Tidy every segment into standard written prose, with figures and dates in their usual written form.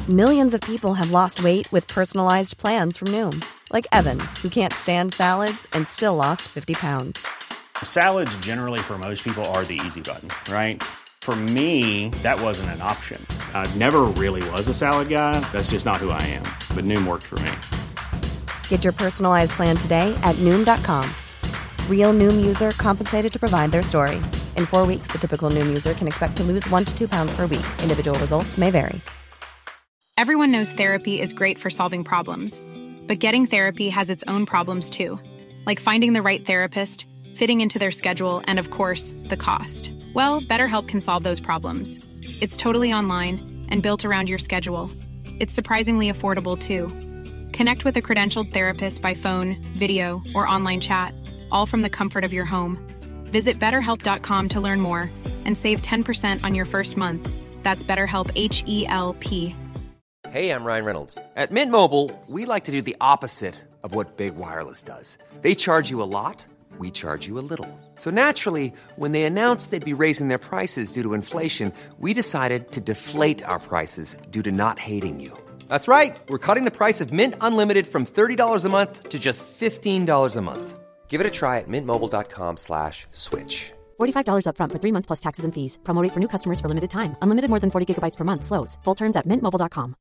Millions of people have lost weight with personalized plans from Noom. Like Evan, who can't stand salads and still lost 50 pounds. Salads generally for most people are the easy button, right? For me, that wasn't an option. I never really was a salad guy. That's just not who I am. But Noom worked for me. Get your personalized plan today at Noom.com. Real Noom user compensated to provide their story. In 4 weeks, the typical Noom user can expect to lose 1 to 2 pounds per week. Individual results may vary. Everyone knows therapy is great for solving problems. But getting therapy has its own problems too. Like finding the right therapist, fitting into their schedule, and of course, the cost. Well, BetterHelp can solve those problems. It's totally online and built around your schedule. It's surprisingly affordable too. Connect with a credentialed therapist by phone, video, or online chat, all from the comfort of your home. Visit BetterHelp.com to learn more and save 10% on your first month. That's BetterHelp, H-E-L-P. Hey, I'm Ryan Reynolds. At Mint Mobile, we like to do the opposite of what Big Wireless does. They charge you a lot, we charge you a little. So naturally, when they announced they'd be raising their prices due to inflation, we decided to deflate our prices due to not hating you. That's right. We're cutting the price of Mint Unlimited from $30 a month to just $15 a month. Give it a try at mintmobile.com/switch. $45 up front for 3 months plus taxes and fees. Promo rate for new customers for limited time. Unlimited more than 40 gigabytes per month. Slows full terms at mintmobile.com.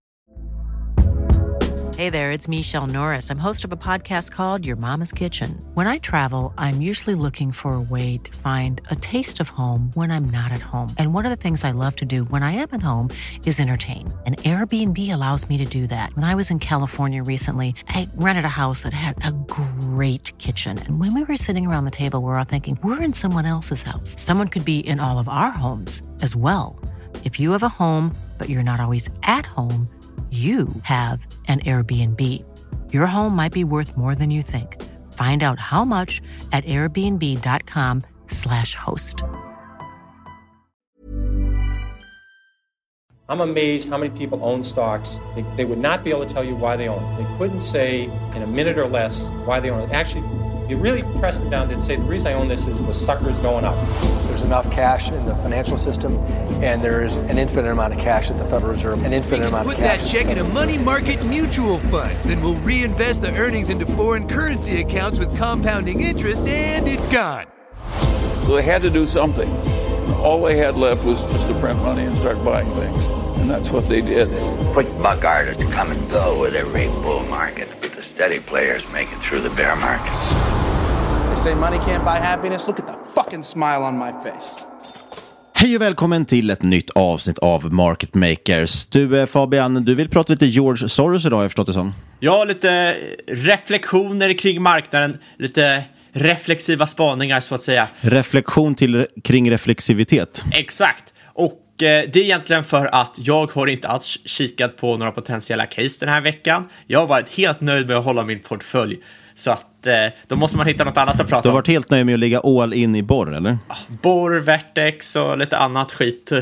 Hey there, it's Michelle Norris. I'm host of a podcast called Your Mama's Kitchen. When I travel, I'm usually looking for a way to find a taste of home when I'm not at home. And one of the things I love to do when I am at home is entertain. And Airbnb allows me to do that. When I was in California recently, I rented a house that had a great kitchen. And when we were sitting around the table, we were all thinking, we're in someone else's house. Someone could be in all of our homes as well. If you have a home, but you're not always at home, you have an Airbnb. Your home might be worth more than you think. Find out how much at airbnb.com/host. I'm amazed how many people own stocks. They would not be able to tell you why they own it. They couldn't say in a minute or less why they own it. Actually, you really press them down and say, the reason I own this is the sucker's going up. There's enough cash in the financial system, and there is an infinite amount of cash at the Federal Reserve, an infinite amount of cash. Put that check in a money market mutual fund. Then we'll reinvest the earnings into foreign currency accounts with compounding interest, and it's gone. So they had to do something. All they had left was just to print money and start buying things. And that's what they did. Quick buck artists come and go with every bull market, but the steady players make it through the bear market. They say money can't buy happiness. Look at the fucking smile on my face. Hej och välkommen till ett nytt avsnitt av Market Makers. Du Fabian, du vill prata lite George Soros idag, har jag förstått det som. Ja, lite reflektioner kring marknaden, lite reflexiva spaningar så att säga. Reflektion kring reflexivitet. Exakt. Och det är egentligen för att jag har inte alls kikat på några potentiella case den här veckan. Jag har varit helt nöjd med att hålla min portfölj. Så att då måste man hitta något annat att prata om. Du har varit helt nöjd med att ligga all in i borr, eller? Borr, Vertex och lite annat skit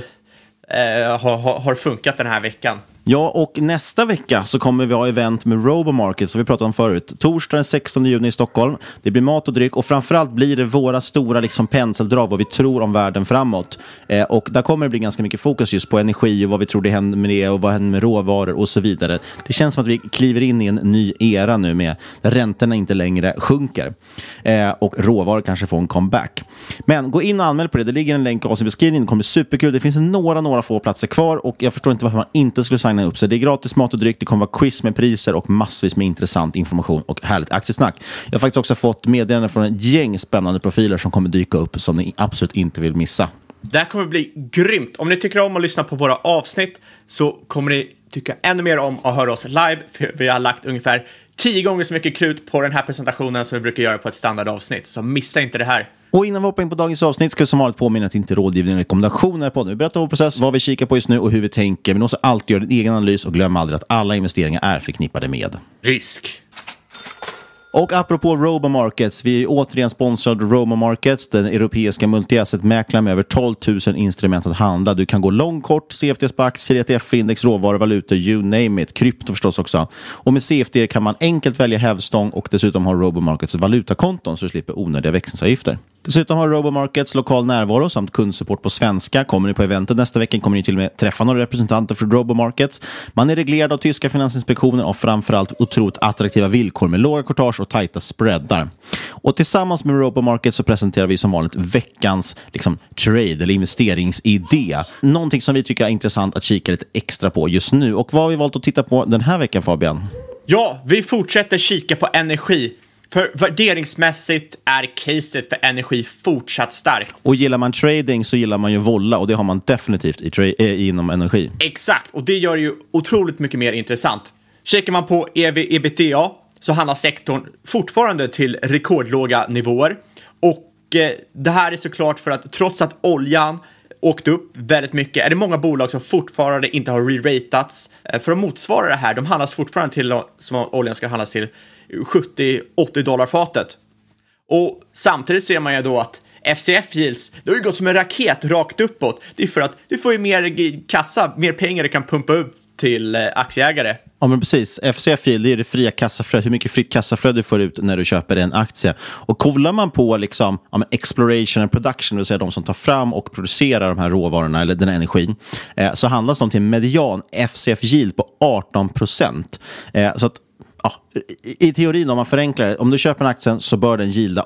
har funkat den här veckan. Ja, och nästa vecka så kommer vi ha event med RoboMarket som vi pratade om förut. Torsdag den 16 juni i Stockholm. Det blir mat och dryck och framförallt blir det våra stora penseldrag vad vi tror om världen framåt. Och där kommer det bli ganska mycket fokus just på energi och vad vi tror det händer med det och vad händer med råvaror och så vidare. Det känns som att vi kliver in i en ny era nu med där räntorna inte längre sjunker. Och råvaror kanske får en comeback. Men gå in och anmäl på det. Det ligger en länk i beskrivningen. Det kommer bli superkul. Det finns några få platser kvar och jag förstår inte varför man inte skulle signa upp. Så det är gratis mat och dryck, det kommer vara quiz med priser och massvis med intressant information och härligt aktiesnack. Jag har faktiskt också fått meddelanden från ett gäng spännande profiler som kommer dyka upp som ni absolut inte vill missa. Det här kommer bli grymt. Om ni tycker om att lyssna på våra avsnitt så kommer ni tycka ännu mer om att höra oss live. För vi har lagt ungefär 10 gånger så mycket krut på den här presentationen som vi brukar göra på ett standardavsnitt. Så missa inte det här. Och innan vi hoppar in på dagens avsnitt ska vi som vanligt påminna att inte rådgivning och rekommendationer på det. Vi berättar vår process, vad vi kikar på just nu och hur vi tänker. Men också alltid gör en egen analys och glöm aldrig att alla investeringar är förknippade med risk. Och apropå RoboMarkets, vi är återigen sponsrad RoboMarkets, den europeiska multi-asset-mäklaren med över 12 000 instrument att handla. Du kan gå lång, kort, CFD, aktier, ETF-index, råvaror, valutor, you name it, krypto förstås också. Och med CFD kan man enkelt välja hävstång och dessutom ha RoboMarkets valutakonton så du slipper onödiga växlingsavgifter. Dessutom har Robomarkets lokal närvaro samt kundsupport på svenska. Kommer ni på eventet nästa vecka kommer ni till och med träffa några representanter för Robomarkets. Man är reglerad av tyska finansinspektionen och framförallt otroligt attraktiva villkor med låga courtage och tajta spreadar. Och tillsammans med Robomarkets så presenterar vi som vanligt veckans trade eller investeringsidé. Någonting som vi tycker är intressant att kika lite extra på just nu. Och vad har vi valt att titta på den här veckan, Fabian? Ja, vi fortsätter kika på energi. För värderingsmässigt är caset för energi fortsatt starkt. Och gillar man trading så gillar man ju volla, och det har man definitivt inom energi. Exakt, och det gör ju otroligt mycket mer intressant. Kikar man på EV/EBITDA så handlar sektorn fortfarande till rekordlåga nivåer. Och det här är såklart för att trots att oljan åkt upp väldigt mycket är det många bolag som fortfarande inte har re-ratats för att motsvara det här. De handlas fortfarande till som oljan ska handlas till $70-80 fatet. Och samtidigt ser man ju då att FCF yields, det har ju gått som en raket rakt uppåt. Det är för att du får ju mer kassa, mer pengar du kan pumpa upp till aktieägare. Ja, men precis. FCF yield, det är det fria kassaflödet. Hur mycket fritt kassaflöde du får ut när du köper en aktie. Och kollar man på exploration and production, det vill säga de som tar fram och producerar de här råvarorna eller den här energin, så handlas de till median FCF yield på 18%. Så att i teorin, om man förenklar det, om du köper en aktie så bör den yielda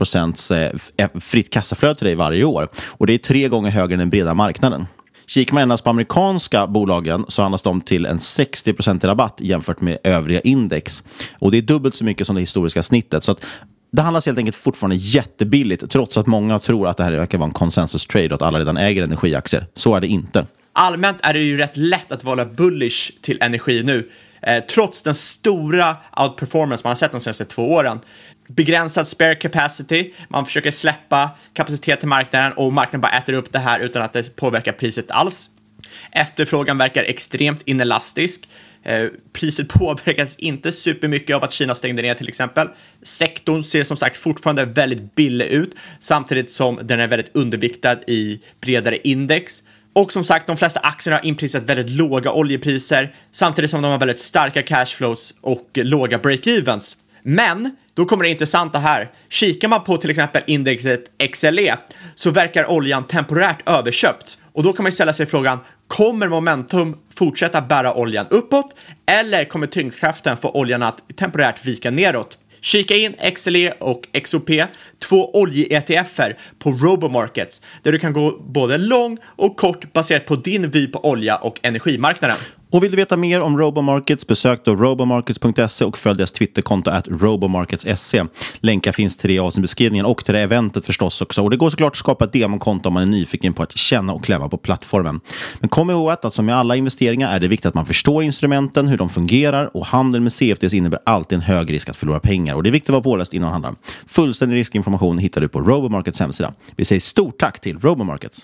18% fritt kassaflöde till dig varje år. Och det är 3 gånger högre än den breda marknaden. Kikar man endast på amerikanska bolagen så handlas de till en 60% rabatt jämfört med övriga index. Och det är dubbelt så mycket som det historiska snittet. Så att det handlas helt enkelt fortfarande jättebilligt, trots att många tror att det här verkar vara en consensus trade och att alla redan äger energiaktier. Så är det inte. Allmänt är det ju rätt lätt att vara bullish till energi nu. Trots den stora outperformance man har sett de senaste 2 åren. Begränsad spare capacity, man försöker släppa kapacitet till marknaden och marknaden bara äter upp det här utan att det påverkar priset alls. Efterfrågan verkar extremt inelastisk. Priset påverkas inte supermycket av att Kina stängde ner till exempel. Sektorn ser som sagt fortfarande väldigt billig ut, samtidigt som den är väldigt underviktad i bredare index. Och som sagt, de flesta aktierna har inprisat väldigt låga oljepriser, samtidigt som de har väldigt starka cashflows och låga break-evens. Men då kommer det intressanta här. Kikar man på till exempel indexet XLE så verkar oljan temporärt överköpt. Och då kan man ställa sig frågan, kommer momentum fortsätta bära oljan uppåt eller kommer tyngdkraften få oljan att temporärt vika neråt? Kika in XLE och XOP, 2 olje-ETFer på Robomarkets, där du kan gå både lång och kort baserat på din vy på olja och energimarknaden. Och vill du veta mer om Robomarkets, besök då robomarkets.se och följ deras Twitterkonto @robomarkets.se. Länkar finns till det i avsnittbeskrivningen och till det eventet förstås också. Och det går såklart att skapa ett demokonto om man är nyfiken på att känna och klämma på plattformen. Men kom ihåg att som med alla investeringar är det viktigt att man förstår instrumenten, hur de fungerar, och handel med CFDs innebär alltid en hög risk att förlora pengar. Och det är viktigt att vara påläst innan handlar. Fullständig riskinformation hittar du på Robomarkets hemsida. Vi säger stort tack till Robomarkets.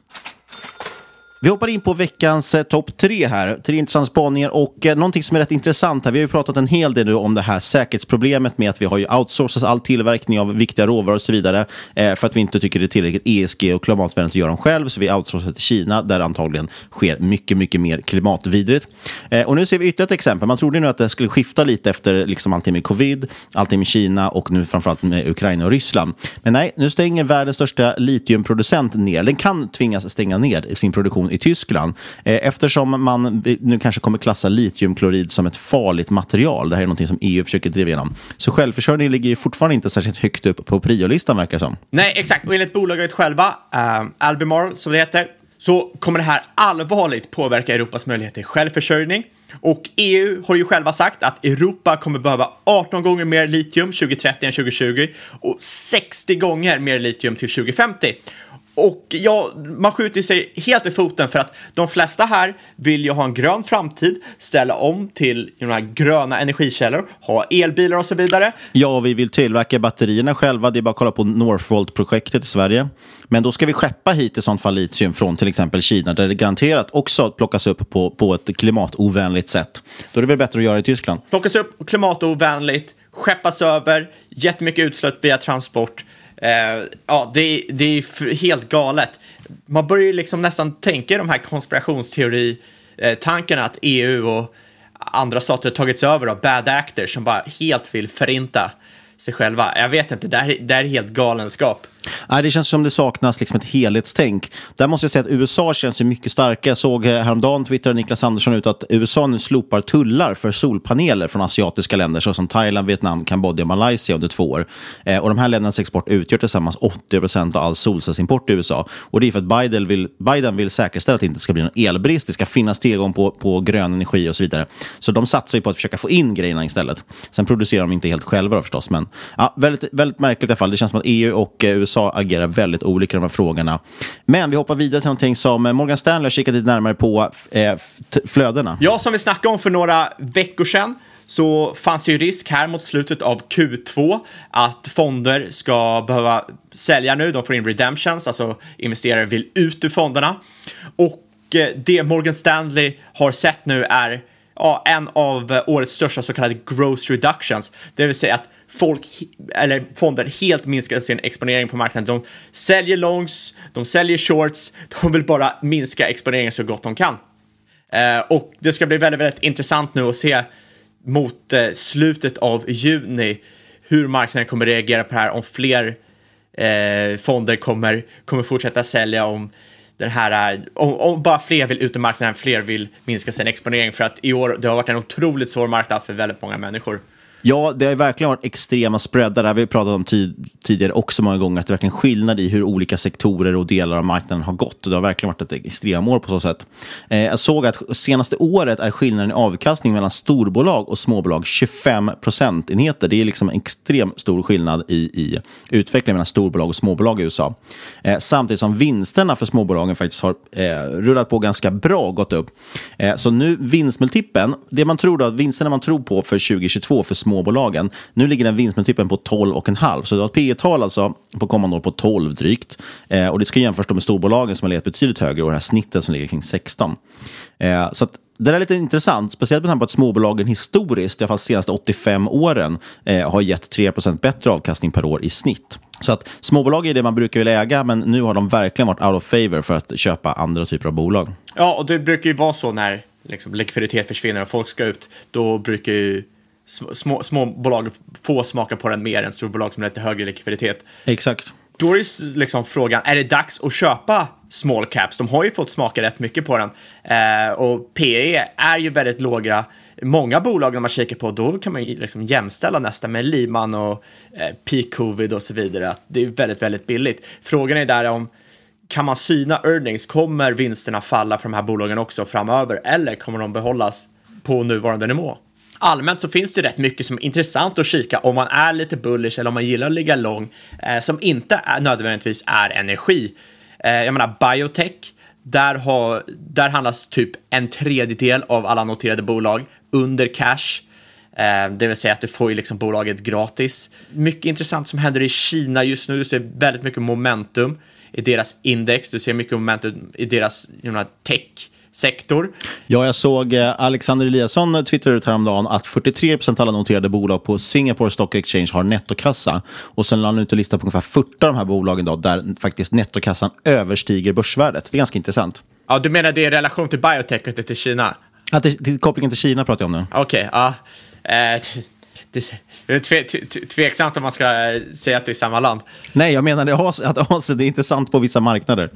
Vi hoppar in på veckans topp 3 här. 3 intressanta spaningar och någonting som är rätt intressant här. Vi har ju pratat en hel del nu om det här säkerhetsproblemet med att vi har ju outsourcat all tillverkning av viktiga råvaror och så vidare för att vi inte tycker det är tillräckligt ESG och klimatvänligt att göra dem själv. Så vi outsourcar till Kina där antagligen sker mycket, mycket mer klimatvidrigt. Och nu ser vi ytterligare ett exempel. Man trodde nu att det skulle skifta lite efter allting med covid, allting med Kina och nu framförallt med Ukraina och Ryssland. Men nej, nu stänger världens största litiumproducent ner. Den kan tvingas stänga ner sin produktion i Tyskland eftersom man nu kanske kommer klassa litiumklorid som ett farligt material. Det här är något som EU försöker driva igenom. Så självförsörjningen ligger ju fortfarande inte särskilt högt upp på priolistan, verkar det som. Nej, exakt. Och enligt bolaget själva, Albemarle som det heter, så kommer det här allvarligt påverka Europas möjlighet till självförsörjning. Och EU har ju själva sagt att Europa kommer behöva 18 gånger mer litium 2030 än 2020 och 60 gånger mer litium till 2050. Och ja, man skjuter sig helt i foten för att de flesta här vill ju ha en grön framtid, ställa om till gröna energikällor, ha elbilar och så vidare. Ja, vi vill tillverka batterierna själva. Det är bara att kolla på Northvolt-projektet i Sverige. Men då ska vi skeppa hit i sånt fall litium från till exempel Kina, där det garanterat också plockas upp på ett klimatovänligt sätt. Då är det väl bättre att göra i Tyskland. Plockas upp klimatovänligt, skeppas över, jättemycket utsläpp via transport. Ja, det är helt galet. Man börjar ju nästan tänka de här konspirationsteori-tankarna att EU och andra stater tagits över av bad actors som bara helt vill förinta sig själva. Jag vet inte, det är helt galenskap. Nej, det känns som det saknas liksom ett helhetstänk. Där måste jag säga att USA känns ju mycket starkare. Jag såg häromdagen twittrade Niklas Andersson ut att USA nu slopar tullar för solpaneler från asiatiska länder såsom Thailand, Vietnam, Kambodja och Malaysia under 2 år. Och de här ländernas export utgör tillsammans 80% av all solcellsimport i USA. Och det är för att Biden vill säkerställa att det inte ska bli någon elbrist. Det ska finnas tillgång på grön energi och så vidare. Så de satsar ju på att försöka få in grejerna istället. Sen producerar de inte helt själva då, förstås. Men ja, väldigt, väldigt märkligt i alla fall. Det känns som att EU och USA agerar väldigt olika i de här frågorna. Men vi hoppar vidare till någonting som Morgan Stanley har kikat lite närmare på flödena. Ja, som vi snackade om för några veckor sedan så fanns det ju risk här mot slutet av Q2 att fonder ska behöva sälja nu. De får in redemptions, alltså investerare vill ut ur fonderna. Och det Morgan Stanley har sett nu är en av årets största så kallade gross reductions. Det vill säga att fonder helt minskar sin exponering på marknaden. De säljer longs, de säljer shorts, de vill bara minska exponeringen så gott de kan. Och det ska bli väldigt, väldigt intressant nu att se mot slutet av juni hur marknaden kommer reagera på det här, om fler fonder kommer fortsätta sälja, om bara fler vill ut i marknaden, fler vill minska sin exponering, för att i år det har varit en otroligt svår marknad för väldigt många människor. Ja, det har verkligen varit extrema spreadar. Det har vi pratat om tidigare också många gånger, att det är verkligen skillnad i hur olika sektorer och delar av marknaden har gått. Och det har verkligen varit ett extremår på så sätt. Jag såg att senaste året är skillnaden i avkastning mellan storbolag och småbolag 25%. Det är liksom en extremt stor skillnad i utvecklingen mellan storbolag och småbolag i USA. Samtidigt som vinsterna för småbolagen faktiskt har rullat på ganska bra, gått upp. Så nu vinstmultipeln, det man tror då, vinsterna man tror på för 2022 för småbolagen, nu ligger den vinstmultipeln på 12,5. Så det har ett P/E-tal alltså på kommande år på 12 drygt. Och det ska jämföras med storbolagen som har legat betydligt högre, och det här snittet som ligger kring 16. Så att det är lite intressant, speciellt med tanke på att småbolagen historiskt, i alla fall de senaste 85 åren, har gett 3% bättre avkastning per år i snitt. Så att småbolag är det man brukar vilja äga, men nu har de verkligen varit out of favor för att köpa andra typer av bolag. Ja, och det brukar ju vara så när liksom likviditet försvinner och folk ska ut, då brukar ju små bolag få smaka på den mer än storbolag som har lite högre likviditet. Exakt. Då är liksom frågan, är det dags att köpa small caps? De har ju fått smaka rätt mycket på den. Och PE är ju väldigt låga. Många bolag när man kikar på, då kan man ju liksom jämställa nästan med Lehman och peak covid och så vidare. Att det är väldigt, väldigt billigt. Frågan är där om, kan man syna earnings? Kommer vinsterna falla för de här bolagen också framöver? Eller kommer de behållas på nuvarande nivå? Allmänt så finns det rätt mycket som är intressant att kika om man är lite bullish eller om man gillar att ligga lång, som inte nödvändigtvis är energi. Jag menar biotech, där handlas typ 1/3 av alla noterade bolag under cash. Det vill säga att du får ju liksom bolaget gratis. Mycket intressant som händer i Kina just nu. Du ser väldigt mycket momentum i deras index. Du ser mycket momentum i deras tech-sektor. Ja, jag såg Alexander Eliasson twittrade ut häromdagen att 43% av alla noterade bolag på Singapore Stock Exchange har nettokassa. Och sen la han ut en lista på ungefär 40 av de här bolagen då, där faktiskt nettokassan överstiger börsvärdet. Det är ganske intressant. Ja, du menar det i relation till biotech och inte till Kina? Ja, till kopplingen till Kina pratar jag om nu. Okej, ja. Det är tveksamt om man ska säga att det är samma land. Nej, jag menar att Asien är intressant på vissa marknader.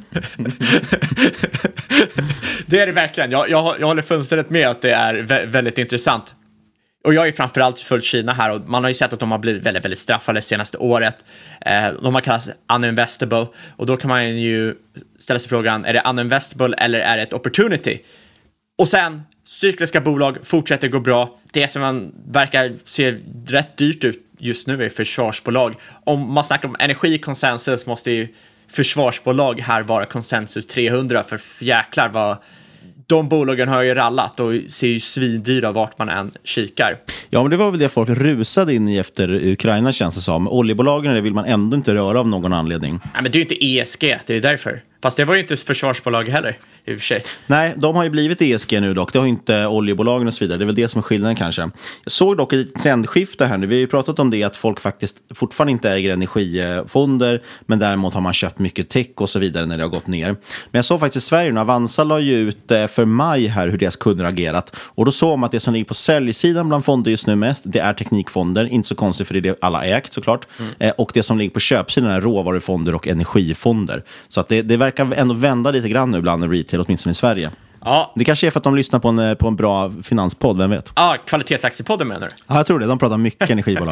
Det är det verkligen. Jag håller fullständigt med att det är väldigt intressant. Och jag är framförallt följt Kina här, och man har ju sett att de har blivit väldigt, väldigt straffade senaste året. De har kallats uninvestable, och då kan man ju ställa sig frågan, är det uninvestable eller är det ett opportunity? Och sen, cykliska bolag fortsätter gå bra. Det som man verkar se rätt dyrt ut just nu är försvarsbolag. Om man snackar om energikonsensus måste ju försvarsbolag här vara konsensus 300, för jäklar vad de bolagen har ju rallat och ser ju svindyra vart man än kikar. Ja, men det var väl det folk rusade in i efter Ukraina, känns det som. Oljebolagen vill man ändå inte röra av någon anledning. Nej, men det är ju inte ESG, det är därför. Fast det var ju inte ett försvarsbolag heller, i och för sig. Nej, de har ju blivit ESG nu dock. Det har ju inte oljebolagen och så vidare. Det är väl det som är skillnaden kanske. Jag såg dock ett trendskifte här nu. Vi har ju pratat om det att folk faktiskt fortfarande inte äger energifonder, men däremot har man köpt mycket tech och så vidare när det har gått ner. Men jag såg faktiskt i Sverige nu, Avanza la ju ut för maj här hur deras kunder har agerat. Och då såg man att det som ligger på säljsidan bland fonder just nu mest, det är teknikfonder. Inte så konstigt för det är det alla ägt såklart. Och det som ligger på köpsidan är råvarufonder och energifonder. Så att det verkar ändå vända lite grann nu bland retail, åtminstone i Sverige. Ja. Det kanske är för att de lyssnar på en bra finanspodd, vem vet? Ja, kvalitetsaktiepodden menar du? Ja, jag tror det. De pratar mycket energibolag.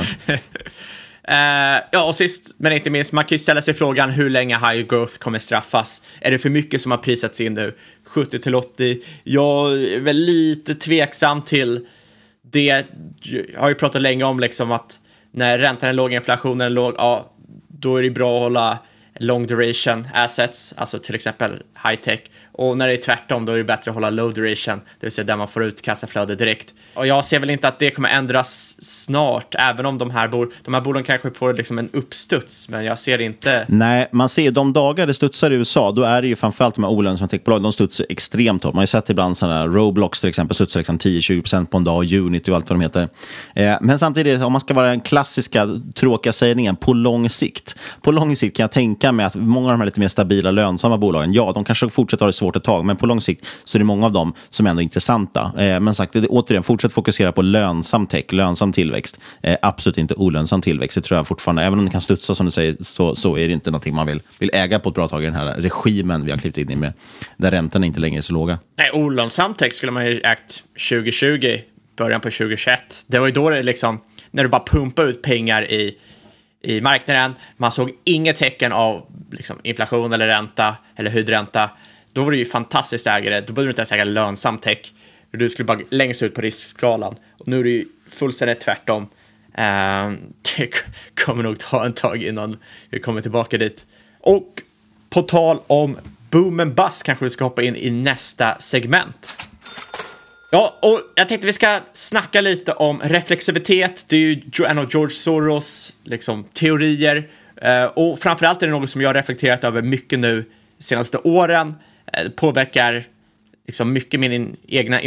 Ja, och sist men inte minst, man kan ju ställa sig frågan hur länge high growth kommer straffas. Är det för mycket som har prisats in nu? 70-80? Jag är väl lite tveksam till det. Jag har ju pratat länge om liksom att när räntan är låg, inflationen är låg, ja, då är det bra att hålla long duration assets, alltså till exempel high tech. Och när det är tvärtom, då är det bättre att hålla low duration, det vill säga där man får ut kassaflöde direkt. Och jag ser väl inte att det kommer ändras snart, även om de här bolagen kanske får liksom en uppstuds, men jag ser inte... Nej, man ser de dagar det studsar i USA, då är det ju framförallt de här olönsamma techbolag, de studsar extremt hårt. Man har ju sett ibland sådana här Roblox till exempel, studsar liksom 10-20% på en dag, Unity och allt vad de heter. Men samtidigt, om man ska vara den klassiska tråkiga sägningen, på lång sikt kan jag tänka mig att många av de här lite mer stabila, lönsamma bolagen, ja, de kanske fortsätter ha det svårt ett tag, men på lång sikt så är det många av dem som är ändå intressanta. Men sagt, återigen, fortsätt fokusera på lönsam tech, lönsam tillväxt. Absolut inte olönsam tillväxt, det tror jag fortfarande. Även om det kan studsa som du säger, så är det inte någonting man vill äga på ett bra tag i den här regimen vi har klivit in i med, där räntorna inte längre är så låga. Nej, olönsam tech skulle man ju ägt 2020, början på 2021. Det var ju då det liksom, när du bara pumpade ut pengar i marknaden, man såg inget tecken av liksom inflation eller ränta eller höjd ränta. Då var det ju fantastiskt ägare. Då behöver du inte ens äga lönsam tech. Du skulle bara längst ut på riskskalan. Och nu är det ju fullständigt tvärtom. Det kommer nog ta en tag innan vi kommer tillbaka dit. Och på tal om boom and bust kanske vi ska hoppa in i nästa segment. Ja, och jag tänkte vi ska snacka lite om reflexivitet. Det är ju en av George Soros liksom, teorier. Och framförallt är det något som jag har reflekterat över mycket nu de senaste åren. Påverkar liksom mycket min egna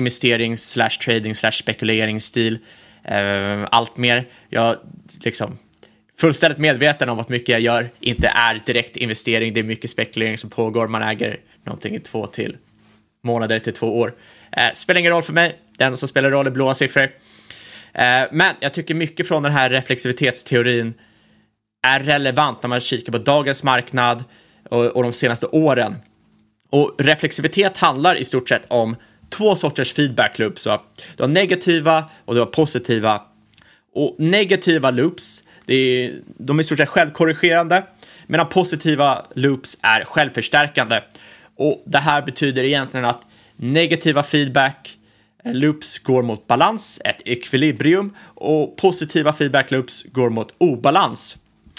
investerings/trading/spekuleringsstil. Allt mer. Jag liksom fullständigt medveten om att mycket jag gör inte är direkt investering. Det är mycket spekulering som pågår. Man äger någonting i 2 månader till 2 år. Spelar ingen roll för mig. Den som spelar roll är blåa siffror. Men jag tycker mycket från den här reflexivitetsteorin är relevant när man kikar på dagens marknad och de senaste åren. Och reflexivitet handlar i stort sett om 2 sorters feedback loops. Så du har negativa och du har positiva. Och negativa loops, de är i stort sett självkorrigerande, medan positiva loops är självförstärkande. Och det här betyder egentligen att negativa feedback loops går mot balans, ett ekvilibrium, och positiva feedback loops går mot obalans.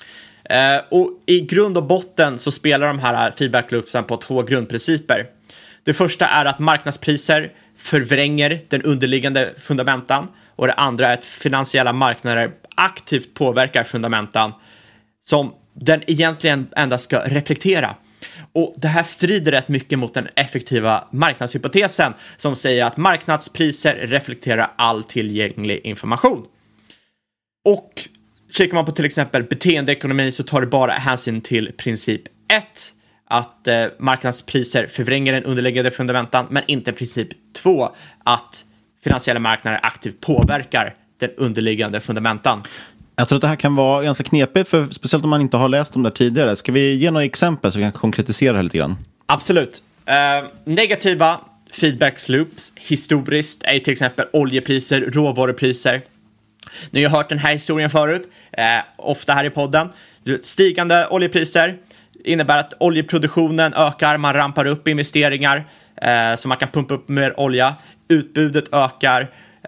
Och i grund och botten så spelar de här feedback loopsen på 2 grundprinciper. Det första är att marknadspriser förvränger den underliggande fundamentan, och det andra är att finansiella marknader aktivt påverkar fundamentan som den egentligen endast ska reflektera. Och det här strider rätt mycket mot den effektiva marknadshypotesen som säger att marknadspriser reflekterar all tillgänglig information. Och kikar man på till exempel beteendeekonomi så tar det bara hänsyn till princip 1, att marknadspriser förvränger den underliggande fundamentan, men inte princip 2, att finansiella marknader aktivt påverkar den underliggande fundamentan. Jag tror att det här kan vara ganska knepigt, för speciellt om man inte har läst om det tidigare. Ska vi ge några exempel så vi kan konkretisera det lite grann? Absolut. Negativa feedback loops historiskt är till exempel oljepriser, råvarupriser. Ni har hört den här historien förut, ofta här i podden. Stigande oljepriser innebär att oljeproduktionen ökar, man rampar upp investeringar så man kan pumpa upp mer olja. Utbudet ökar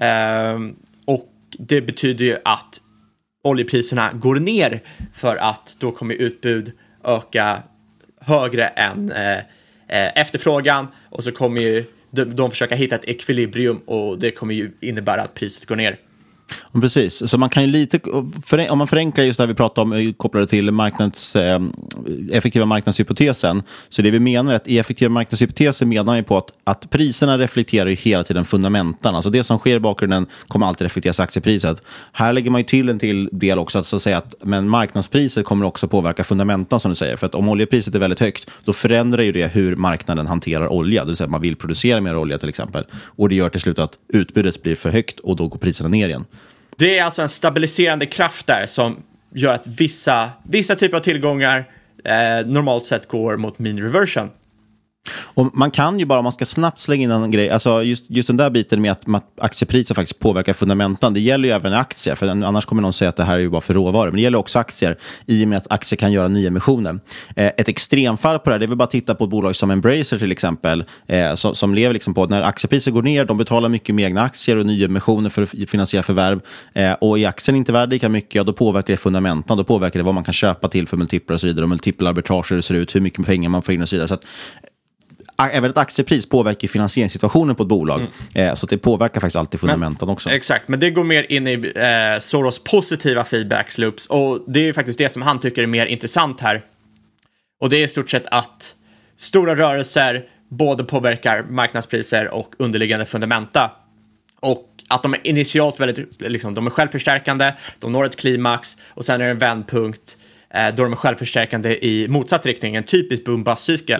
och det betyder ju att oljepriserna går ner, för att då kommer utbud öka högre än efterfrågan, och så kommer ju de försöka hitta ett ekvilibrium, och det kommer ju innebära att priset går ner. Precis, så man kan ju lite, om man förenklar just det vi pratar om kopplade till effektiva marknadshypotesen, så det vi menar är att i effektiva marknadshypotesen menar vi på att priserna reflekterar ju hela tiden fundamentan, alltså det som sker i bakgrunden kommer alltid reflekteras aktiepriset. Här lägger man ju till en till del också att säga att men marknadspriset kommer också påverka fundamentan som du säger, för att om oljepriset är väldigt högt då förändrar ju det hur marknaden hanterar olja, det vill säga att man vill producera mer olja till exempel, och det gör till slut att utbudet blir för högt och då går priserna ner igen. Det är alltså en stabiliserande kraft där som gör att vissa typer av tillgångar normalt sett går mot mean reversion. Och man kan ju bara, om man ska snabbt slänga in en grej, alltså just den där biten med att aktiepriser faktiskt påverkar fundamentan, det gäller ju även aktier, för annars kommer någon säga att det här är ju bara för råvaror, men det gäller också aktier i och med att aktier kan göra nya emissioner. Ett extremfall på det här, det är väl bara att titta på ett bolag som Embracer till exempel, som lever liksom på att när aktiepriser går ner, de betalar mycket med egna aktier och nya emissioner för att finansiera förvärv, och i aktien inte värd lika mycket, ja, då påverkar det fundamentan, då påverkar det vad man kan köpa till för multiplar och så vidare, och multiplar arbitrager ser ut, hur mycket pengar man får in och så vidare, så att även ett aktiepris påverkar finansieringssituationen på ett bolag. Så det påverkar faktiskt alltid fundamentan också. Exakt, men det går mer in i Soros positiva feedback loops. Och det är ju faktiskt det som han tycker är mer intressant här. Och det är i stort sett att stora rörelser både påverkar marknadspriser och underliggande fundamenta. Och att de är initialt väldigt, liksom, de är självförstärkande, de når ett klimax och sen är det en vändpunkt då de är självförstärkande i motsatt riktning, en typisk boom-bust-cykel.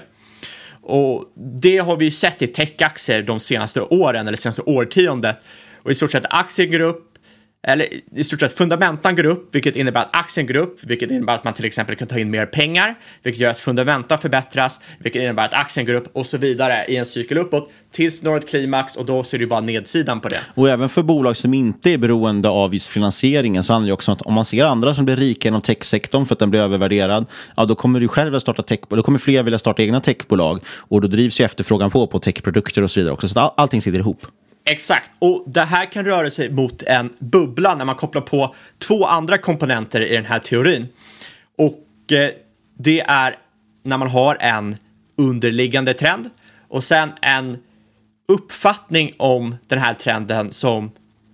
Och det har vi ju sett i techaktier de senaste åren eller senaste årtiondet. Och i stort sett aktien går upp, eller i stort sett fundamentan går upp, vilket innebär att aktien går upp, vilket innebär att man till exempel kan ta in mer pengar, vilket gör att fundamentan förbättras, vilket innebär att aktien går upp och så vidare i en cykel uppåt tills når ett klimax, och då ser det ju bara nedsidan på det. Och även för bolag som inte är beroende av just finansieringen så handlar det också om att om man ser andra som blir rika inom techsektorn för att den blir övervärderad, ja, då kommer du själv att starta techbolag, då kommer fler vilja starta egna techbolag, och då drivs ju efterfrågan på techprodukter och så vidare också, så att allting sitter ihop. Exakt, och det här kan röra sig mot en bubbla när man kopplar på två andra komponenter i den här teorin. Och det är när man har en underliggande trend och sen en uppfattning om den här trenden som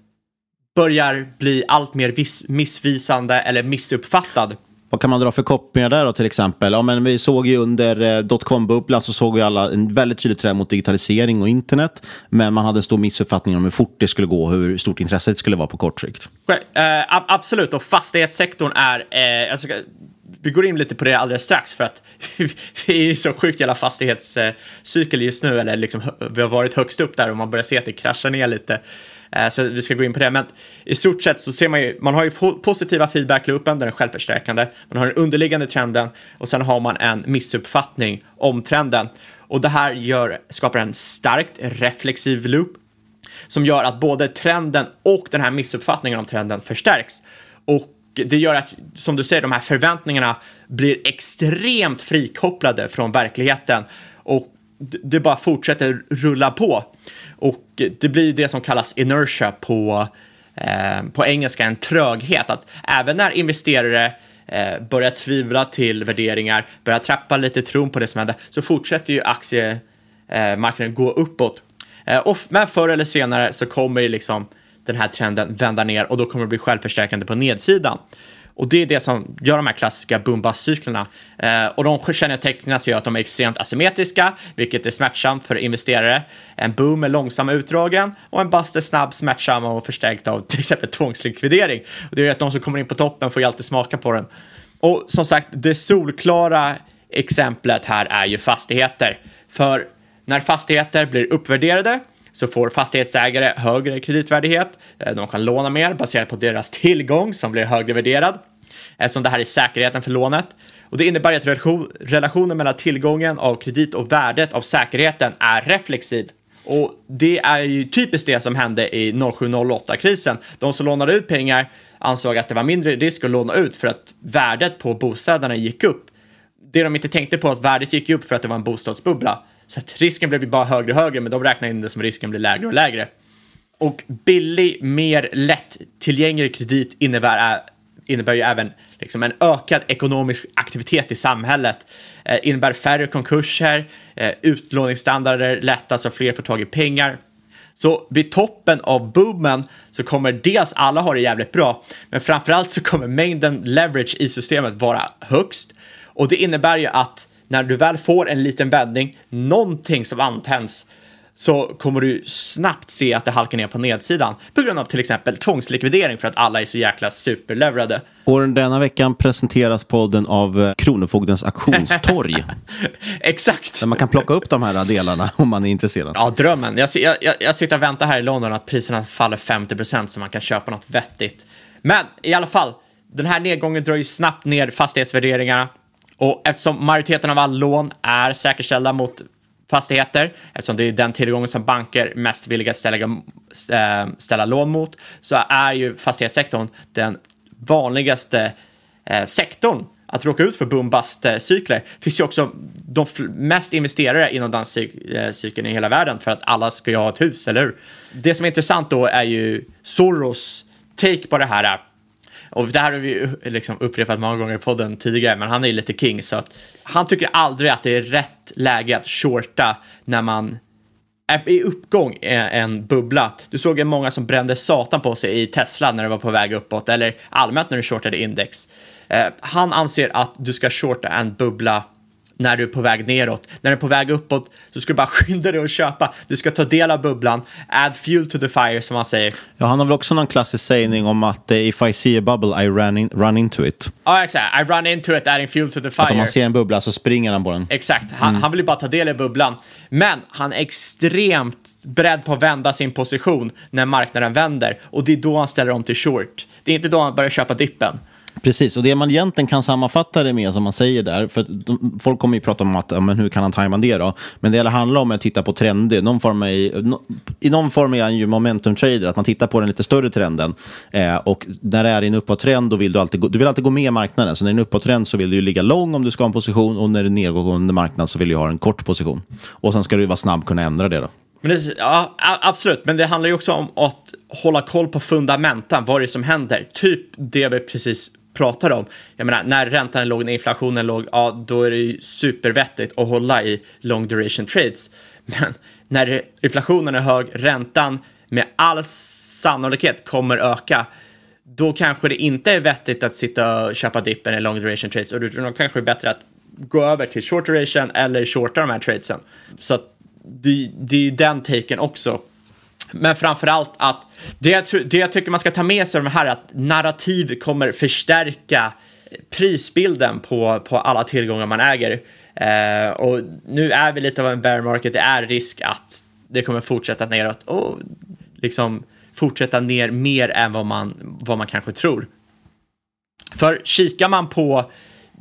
börjar bli allt mer missvisande eller missuppfattad. Vad kan man dra för kopplingar där då till exempel? Ja, men vi såg ju under dotcom-bubblan så såg vi alla en väldigt tydlig trend mot digitalisering och internet, men man hade en stor missuppfattning om hur fort det skulle gå och hur stort intresset skulle vara på kort sikt. Absolut, och fastighetssektorn är... vi går in lite på det alldeles strax för att vi är så sjukt jävla fastighetscykel just nu, eller liksom, vi har varit högst upp där och man börjar se att det kraschar ner lite. Så vi ska gå in på det, men i stort sett så ser man ju, man har ju positiva feedback-loopen, den är självförstärkande, man har den underliggande trenden och sen har man en missuppfattning om trenden, och det här skapar en starkt reflexiv loop som gör att både trenden och den här missuppfattningen om trenden förstärks, och det gör att, som du säger, de här förväntningarna blir extremt frikopplade från verkligheten och det bara fortsätter rulla på. Och det blir det som kallas inertia på engelska, en tröghet. Att även när investerare börjar tvivla till värderingar, börjar trappa lite tron på det som händer, så fortsätter ju aktiemarknaden gå uppåt. Men förr eller senare så kommer liksom den här trenden vända ner och då kommer det bli självförstärkande på nedsidan. Och det är det som gör de här klassiska boom-bust-cyklerna. Och de kännetecknas ju att de är extremt asymmetriska, vilket är smärtsamt för investerare. En boom är långsam och utdragen och en bust är snabb, smärtsam och förstärkt av till exempel tvångslikvidering. Och det är ju att de som kommer in på toppen får ju alltid smaka på den. Och som sagt, det solklara exemplet här är ju fastigheter. För när fastigheter blir uppvärderade så får fastighetsägare högre kreditvärdighet. De kan låna mer baserat på deras tillgång som blir högre värderad, eftersom det här är säkerheten för lånet. Och det innebär att relationen mellan tillgången av kredit och värdet av säkerheten är reflexiv. Och det är ju typiskt det som hände i 07-08-krisen. De som lånade ut pengar ansåg att det var mindre risk att låna ut för att värdet på bostäderna gick upp. Det de inte tänkte på att värdet gick upp för att det var en bostadsbubbla. Så att risken blev bara högre och högre, men de räknade in det som risken blir lägre och lägre. Och billig, mer lätt tillgänglig kredit innebär ju även liksom en ökad ekonomisk aktivitet i samhället. Innebär färre konkurser, utlåningsstandarder lättas och fler får tag i pengar. Så vid toppen av boomen så kommer dels alla ha det jävligt bra, men framförallt så kommer mängden leverage i systemet vara högst. Och det innebär ju att när du väl får en liten vändning, någonting som antänds, så kommer du snabbt se att det halkar ner på nedsidan på grund av till exempel tvångslikvidering för att alla är så jäkla superleverade. Och denna veckan presenteras podden av Kronofogdens auktionstorg. Exakt. Där man kan plocka upp de här delarna om man är intresserad. Ja, drömmen. Jag sitter och väntar här i London att priserna faller 50% så man kan köpa något vettigt. Men i alla fall, den här nedgången drar ju snabbt ner fastighetsvärderingarna. Och eftersom majoriteten av alla lån är säkerställda mot fastigheter, eftersom det är den tillgången som banker mest villiga ställa lån mot, så är ju fastighetssektorn den vanligaste sektorn att råka ut för boom-bust-cykler. Det finns ju också de mest investerare inom den cykeln i hela världen för att alla ska ju ha ett hus, eller hur? Det som är intressant då är ju Soros take på det här. Och det här har vi liksom upprepat många gånger i podden tidigare, men han är ju lite king, så att han tycker aldrig att det är rätt läge att shorta när man är i uppgång en bubbla. Du såg många som brände satan på sig i Tesla när det var på väg uppåt, eller allmänt när du shortade index. Han anser att du ska shorta en bubbla när du är på väg neråt. När du är på väg uppåt så ska du bara skynda dig att köpa. Du ska ta del av bubblan. Add fuel to the fire, som man säger. Ja, han har väl också någon klassisk sägning om att if I see a bubble, I run into it. Ja, exakt. I run into it, adding fuel to the fire. Att om man ser en bubbla så springer han på den. Exakt. Han vill ju bara ta del i bubblan. Men han är extremt beredd på att vända sin position när marknaden vänder. Och det är då han ställer om till short. Det är inte då han börjar köpa dippen. Precis, och det man egentligen kan sammanfatta det med, som man säger där, för att folk kommer ju prata om att men hur kan han tajma det då? Men det handlar om att titta på trender. I någon form är han ju momentum trader, att man tittar på den lite större trenden. Och när det är en uppåttrend, då vill du vill alltid gå med i marknaden. Så när det är en uppåttrend så vill du ligga lång om du ska ha en position, och när det är nedgående marknad så vill du ha en kort position. Och sen ska du vara snabb kunna ändra det då. Men ja, absolut, men det handlar ju också om att hålla koll på fundamentan, vad det är som händer. Typ det vi precis pratade om. Jag menar, när räntan är låg, när inflationen är låg, ja, då är det ju supervettigt att hålla i long duration trades. Men när inflationen är hög, räntan med all sannolikhet kommer öka, då kanske det inte är vettigt att sitta och köpa dippen i long duration trades, och då kanske det är bättre att gå över till short duration eller shorta de här tradesen. Så att det är den taken också. Men framförallt att det jag tycker man ska ta med sig av de här, att narrativ kommer förstärka prisbilden på alla tillgångar man äger. Och nu är vi lite av en bear market. Det är risk att det kommer fortsätta neråt och liksom fortsätta ner mer än vad man kanske tror. För kikar man på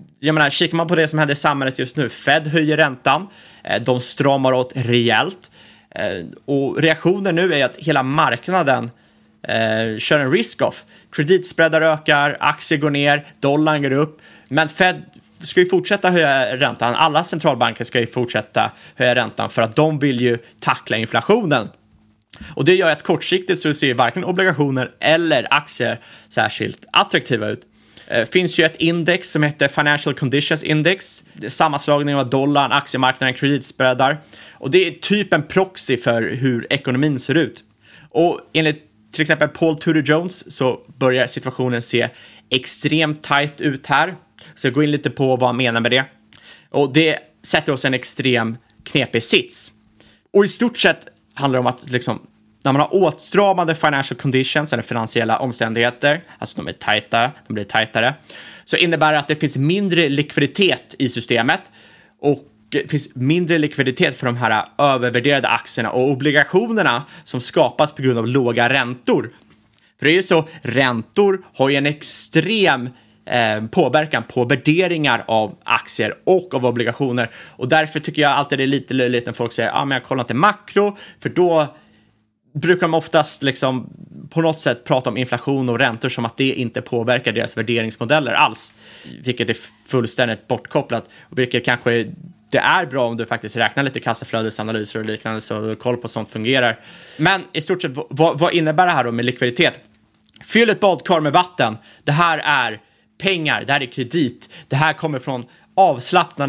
det som händer i samhället just nu, Fed höjer räntan, de stramar åt rejält, och reaktionen nu är att hela marknaden kör en risk-off. Kreditspreadar ökar, aktier går ner, dollarn går upp, men Fed ska ju fortsätta höja räntan. Alla centralbanker ska ju fortsätta höja räntan för att de vill ju tackla inflationen. Och det gör att kortsiktigt så ser varken obligationer eller aktier särskilt attraktiva ut. Finns ju ett index som heter Financial Conditions Index. Det är sammanslagning av dollarn, aktiemarknaden, kreditspreadar. Och det är typ en proxy för hur ekonomin ser ut. Och enligt till exempel Paul Tudor Jones så börjar situationen se extremt tight ut här. Så jag går in lite på vad han menar med det. Och det sätter oss en extrem knepig sits. Och i stort sett handlar det om att liksom, när man har åtstramade financial conditions eller finansiella omständigheter, alltså de blir tajtare, så innebär det att det finns mindre likviditet i systemet, och det finns mindre likviditet för de här övervärderade aktierna och obligationerna som skapas på grund av låga räntor. För det är ju så, räntor har ju en extrem påverkan på värderingar av aktier och av obligationer, och därför tycker jag alltid det är lite löjligt när folk säger men jag kollar inte makro, för då brukar de oftast liksom på något sätt prata om inflation och räntor som att det inte påverkar deras värderingsmodeller alls, vilket är fullständigt bortkopplat, och vilket kanske det är bra om du faktiskt räknar lite kassaflödesanalyser och liknande så du har koll på sånt fungerar. Men i stort sett, vad innebär det här då med likviditet? Fyll ett badkar med vatten. Det här är pengar, det här är kredit. Det här kommer från avslappnande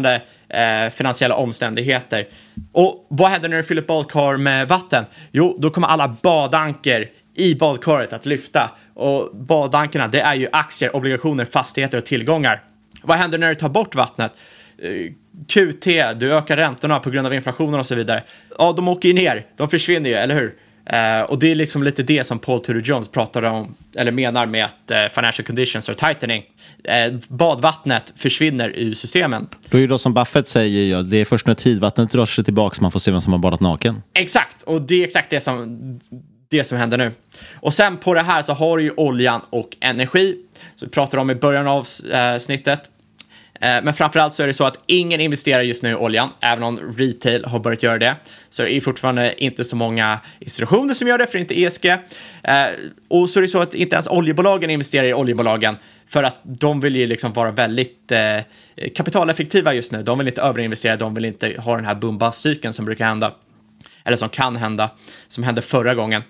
finansiella omständigheter. Och vad händer när du fyller ett badkar med vatten? Jo, då kommer alla badanker i badkaret att lyfta. Och badankerna, det är ju aktier, obligationer, fastigheter och tillgångar. Vad händer när du tar bort vattnet? QT, du ökar räntorna på grund av inflationen och så vidare. Ja, de åker ju ner, de försvinner ju, eller hur? Och det är liksom lite det som Paul Tudor Jones pratar om, eller menar med att financial conditions are tightening. Badvattnet försvinner ur systemen. Då är ju då som Buffett säger, ja, det är först när tidvattnet drar sig tillbaka som man får se vem som har badat naken. Exakt, och det är exakt det som händer nu. Och sen på det här så har du ju oljan och energi. Så vi pratar om i början av snittet. Men framförallt så är det så att ingen investerar just nu i oljan, även om retail har börjat göra det. Så det är fortfarande inte så många institutioner som gör det, för inte ESG. Och så är det så att inte ens oljebolagen investerar i oljebolagen, för att de vill ju liksom vara väldigt kapitaleffektiva just nu. De vill inte överinvestera, de vill inte ha den här boom-bust-cykeln som brukar hända, eller som kan hända, som hände förra gången.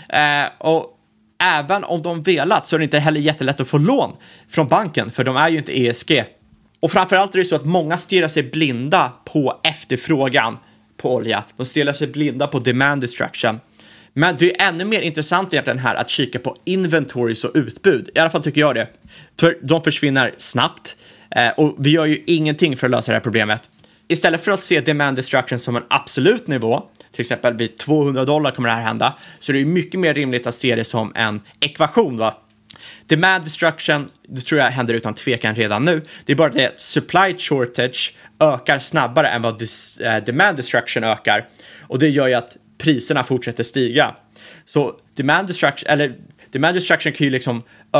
Och även om de velat så är det inte heller jättelätt att få lån från banken, för de är ju inte ESG. Och framförallt är det så att många stirrar sig blinda på efterfrågan på olja. De stirrar sig blinda på demand destruction. Men det är ännu mer intressant egentligen här att kika på inventories och utbud. I alla fall tycker jag det. För de försvinner snabbt. Och vi gör ju ingenting för att lösa det här problemet. Istället för att se demand destruction som en absolut nivå, till exempel vid $200 kommer det här hända, så är det ju mycket mer rimligt att se det som en ekvation, va? Demand destruction, det tror jag händer utan tvekan redan nu. Det är bara det att supply shortage ökar snabbare än vad demand destruction ökar. Och det gör ju att priserna fortsätter stiga. Så demand destruction kan ju liksom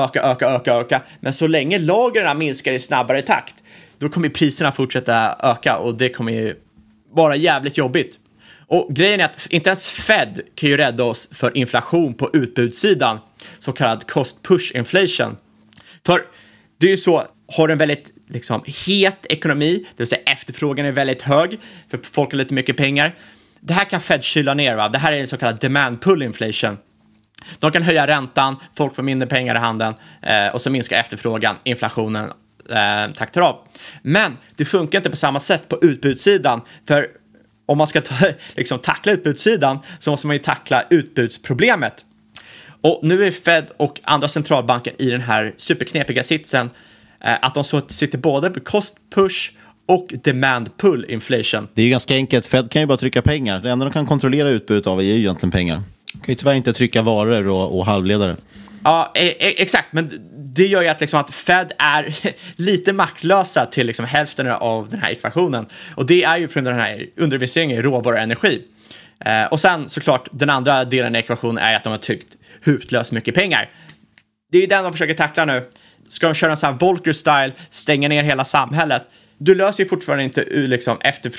öka. Men så länge lagren minskar i snabbare takt, då kommer priserna fortsätta öka. Och det kommer ju vara jävligt jobbigt. Och grejen är att inte ens Fed kan ju rädda oss för inflation på utbudssidan, så kallad cost push inflation. För det är ju så, har en väldigt liksom het ekonomi, det vill säga efterfrågan är väldigt hög, för folk har lite mycket pengar. Det här kan Fed kyla ner, va? Det här är en så kallad demand pull inflation. De kan höja räntan, folk får mindre pengar i handen och så minskar efterfrågan, inflationen taktar av. Men det funkar inte på samma sätt på utbudssidan, för om man ska tackla utbudssidan så måste man ju tackla utbudsproblemet. Och nu är Fed och andra centralbanker i den här superknepiga sitsen att de så sitter både på cost push och demand pull inflation. Det är ju ganska enkelt. Fed kan ju bara trycka pengar. Det enda de kan kontrollera utbudet av är ju egentligen pengar. De kan ju tyvärr inte trycka varor och halvledare. Ja, exakt. Men det gör ju att, liksom, att Fed är lite maktlösa till liksom hälften av den här ekvationen. Och det är ju på grund av den här underinvesteringen i råvaror och energi. Och sen såklart den andra delen av ekvationen är att de har tryckt hutlöst mycket pengar. Det är den de försöker tackla nu. Ska de köra en sån här Volcker-style, stänga ner hela samhället? Du löser ju fortfarande inte liksom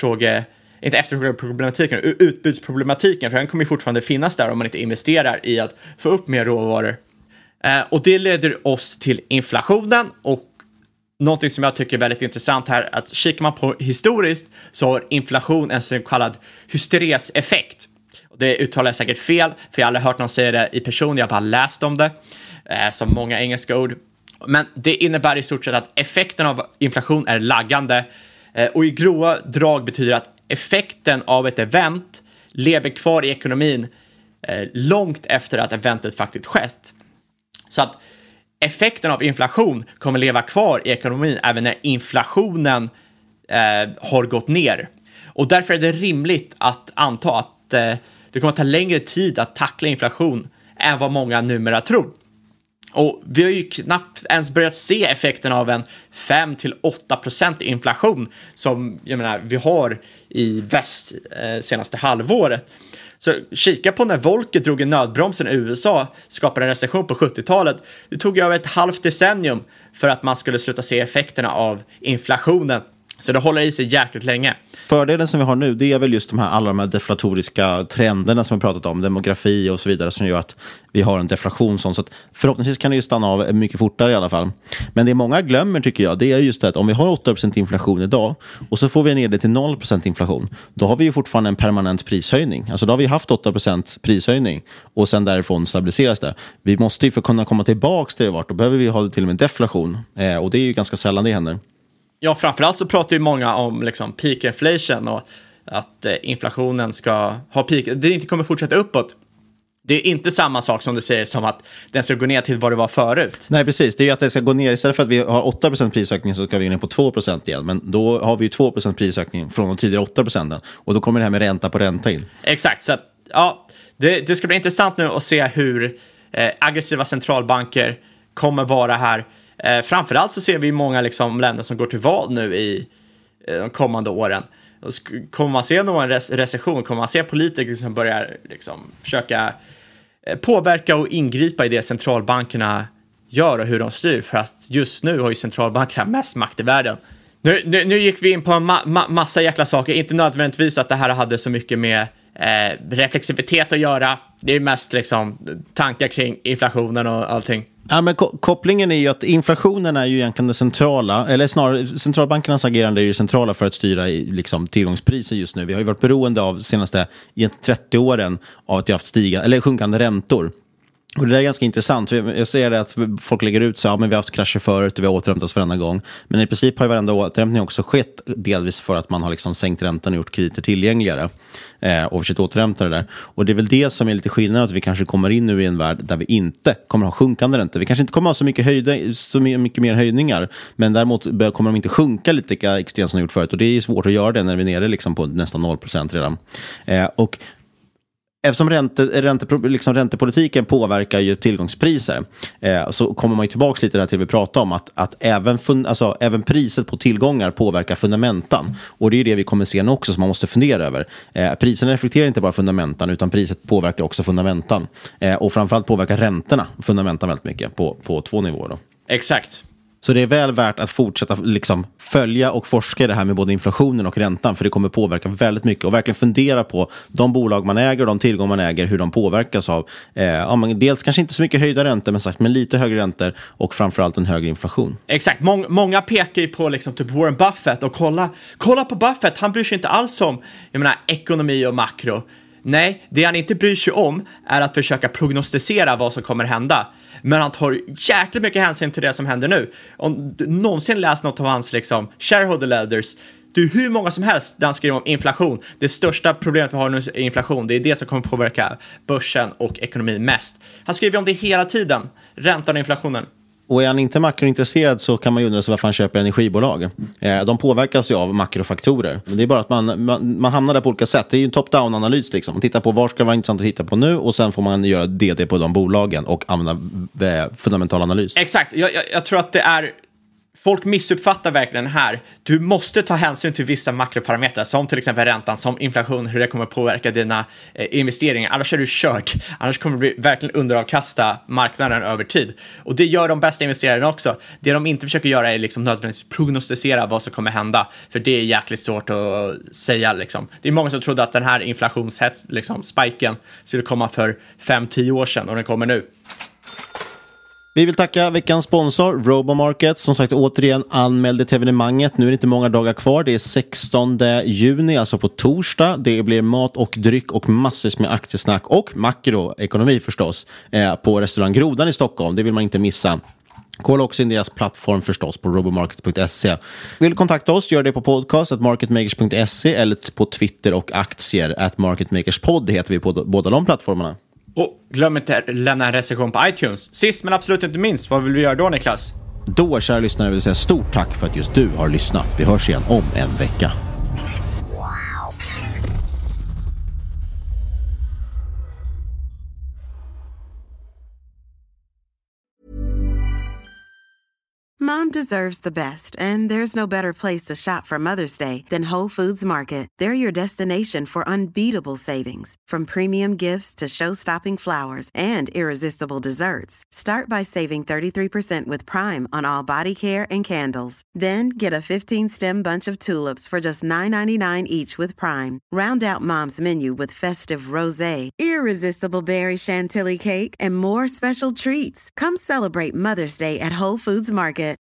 efterfrågeproblematiken, utbudsproblematiken, för den kommer ju fortfarande finnas där om man inte investerar i att få upp mer råvaror. Och det leder oss till inflationen, och någonting som jag tycker är väldigt intressant här, att kikar man på historiskt så har inflation en så kallad hystereseffekt. Det uttalar jag säkert fel, för jag har aldrig hört någon säga det i person, jag har bara läst om det, som många engelska ord. Men det innebär i stort sett att effekten av inflation är laggande, och i grova drag betyder att effekten av ett event lever kvar i ekonomin långt efter att eventet faktiskt skett. Så att effekten av inflation kommer leva kvar i ekonomin även när inflationen har gått ner. Och därför är det rimligt att anta att det kommer att ta längre tid att tackla inflation än vad många numera tror. Och vi har ju knappt ens börjat se effekten av en 5-8% inflation som vi har i väst senaste halvåret. Så kika på när Volcker drog en nödbromsen i USA, skapade en recession på 70-talet. Det tog över ett halvt decennium för att man skulle sluta se effekterna av inflationen. Så det håller i sig jäkligt länge. Fördelen som vi har nu, det är väl just alla de här deflatoriska trenderna som vi pratat om, demografi och så vidare, som gör att vi har en deflation sån. Så att förhoppningsvis kan det ju stanna av mycket fortare i alla fall. Men det många glömmer, tycker jag, det är just det att om vi har 8% inflation idag och så får vi ner det till 0% inflation, då har vi ju fortfarande en permanent prishöjning. Alltså då har vi haft 8% prishöjning och sen därifrån stabiliseras det. Vi måste ju för att kunna komma tillbaka till det vart, då behöver vi ha till och med deflation. Och det är ju ganska sällan det händer. Ja, framförallt så pratar ju många om liksom peak inflation och att inflationen ska ha peak. Det inte kommer fortsätta uppåt. Det är inte samma sak som du säger som att den ska gå ner till vad det var förut. Nej, precis. Det är ju att det ska gå ner. Istället för att vi har 8% prisökning så ska vi gå ner på 2% igen. Men då har vi ju 2% prisökning från de tidigare 8%. Och då kommer det här med ränta på ränta in. Exakt, så att, ja, det ska bli intressant nu att se hur aggressiva centralbanker kommer vara här. Framförallt så ser vi många liksom länder som går till val nu i de kommande åren. Kommer man se någon recession, kommer man se politiker som börjar liksom försöka påverka och ingripa i det centralbankerna gör och hur de styr, för att just nu har ju centralbankerna mest makt i världen. Nu gick vi in på en massa jäkla saker, inte nödvändigtvis att det här hade så mycket med reflexivitet att göra. Det är mest liksom tankar kring inflationen och allting. Ja, men kopplingen är ju att inflationen är ju egentligen det centrala, eller snarare centralbankernas agerande är ju centrala för att styra liksom tillgångspriser just nu. Vi har ju varit beroende av de senaste 30 åren av att vi har haft sjunkande räntor. Och det där är ganska intressant. Jag ser det att folk lägger ut så, ja, men vi har haft krascher förut och vi har återhämtat varenda gång. Men i princip har ju varenda återhämtning också skett delvis för att man har liksom sänkt räntan och gjort krediter tillgängligare och försökt återhämta det där. Och det är väl det som är lite skillnad, att vi kanske kommer in nu i en värld där vi inte kommer ha sjunkande räntor. Vi kanske inte kommer ha så mycket mer höjningar, men däremot kommer de inte sjunka lika extremt som de gjort förut. Och det är svårt att göra det när vi är nere liksom på nästan 0% redan. Och eftersom räntepolitiken påverkar ju tillgångspriser så kommer man ju tillbaka lite där till vi pratade om att även priset på tillgångar påverkar fundamentan. Och det är det vi kommer se nu också som man måste fundera över. Priserna reflekterar inte bara fundamentan, utan priset påverkar också fundamentan. Och framförallt påverkar räntorna fundamentan väldigt mycket på 2 nivåer då. Exakt. Så det är väl värt att fortsätta liksom följa och forska i det här med både inflationen och räntan, för det kommer påverka väldigt mycket, och verkligen fundera på de bolag man äger och de tillgångar man äger, hur de påverkas av dels kanske inte så mycket höjda räntor, men lite högre räntor och framförallt en högre inflation. Exakt, många pekar ju på liksom typ Warren Buffett och kolla på Buffett, han bryr sig inte alls om ekonomi och makro. Nej, det han inte bryr sig om är att försöka prognostisera vad som kommer hända. Men han tar jäkligt mycket hänsyn till det som händer nu. Om du någonsin läst något av hans liksom shareholder letters, det är hur många som helst där han skriver om inflation. Det största problemet vi har nu är inflation. Det är det som kommer påverka börsen och ekonomin mest. Han skriver om det hela tiden, räntan och inflationen. Och är han inte makrointresserad så kan man ju undra sig varför han köper energibolag. De påverkas ju av makrofaktorer. Men det är bara att man hamnar där på olika sätt. Det är ju en top-down-analys liksom. Man tittar på vad ska vara intressant att titta på nu, och sen får man göra DD på de bolagen och använda fundamental analys. Exakt. Jag tror att det är... Folk missuppfattar verkligen här. Du måste ta hänsyn till vissa makroparametrar, som till exempel räntan, som inflation, hur det kommer påverka dina investeringar. Annars är du kört. Annars kommer du verkligen underavkasta marknaden över tid. Och det gör de bästa investerarna också. Det de inte försöker göra är liksom nödvändigtvis prognostisera vad som kommer hända. För det är jäkligt svårt att säga. Liksom. Det är många som trodde att den här spiken skulle komma för 5-10 år sedan, och den kommer nu. Vi vill tacka veckans sponsor, Robomarket. Som sagt, återigen anmälde till evenemanget. Nu är det inte många dagar kvar. Det är 16 juni, alltså på torsdag. Det blir mat och dryck och massor med aktiesnack och makroekonomi förstås på restaurang Grodan i Stockholm. Det vill man inte missa. Kolla också in deras plattform förstås på robomarket.se. Vill du kontakta oss, gör det på podcast@marketmakers.se eller på Twitter, och aktier @marketmakerspod heter vi på båda de plattformarna. Och glöm inte att lämna en recension på iTunes. Sist men absolut inte minst, vad vill vi göra då, Niklas? Då, kära lyssnare, vill säga stort tack för att just du har lyssnat. Vi hörs igen om en vecka. Mom deserves the best, and there's no better place to shop for Mother's Day than Whole Foods Market. They're your destination for unbeatable savings, from premium gifts to show-stopping flowers and irresistible desserts. Start by saving 33% with Prime on all body care and candles. Then get a 15-stem bunch of tulips for just $9.99 each with Prime. Round out Mom's menu with festive rosé, irresistible berry chantilly cake, and more special treats. Come celebrate Mother's Day at Whole Foods Market.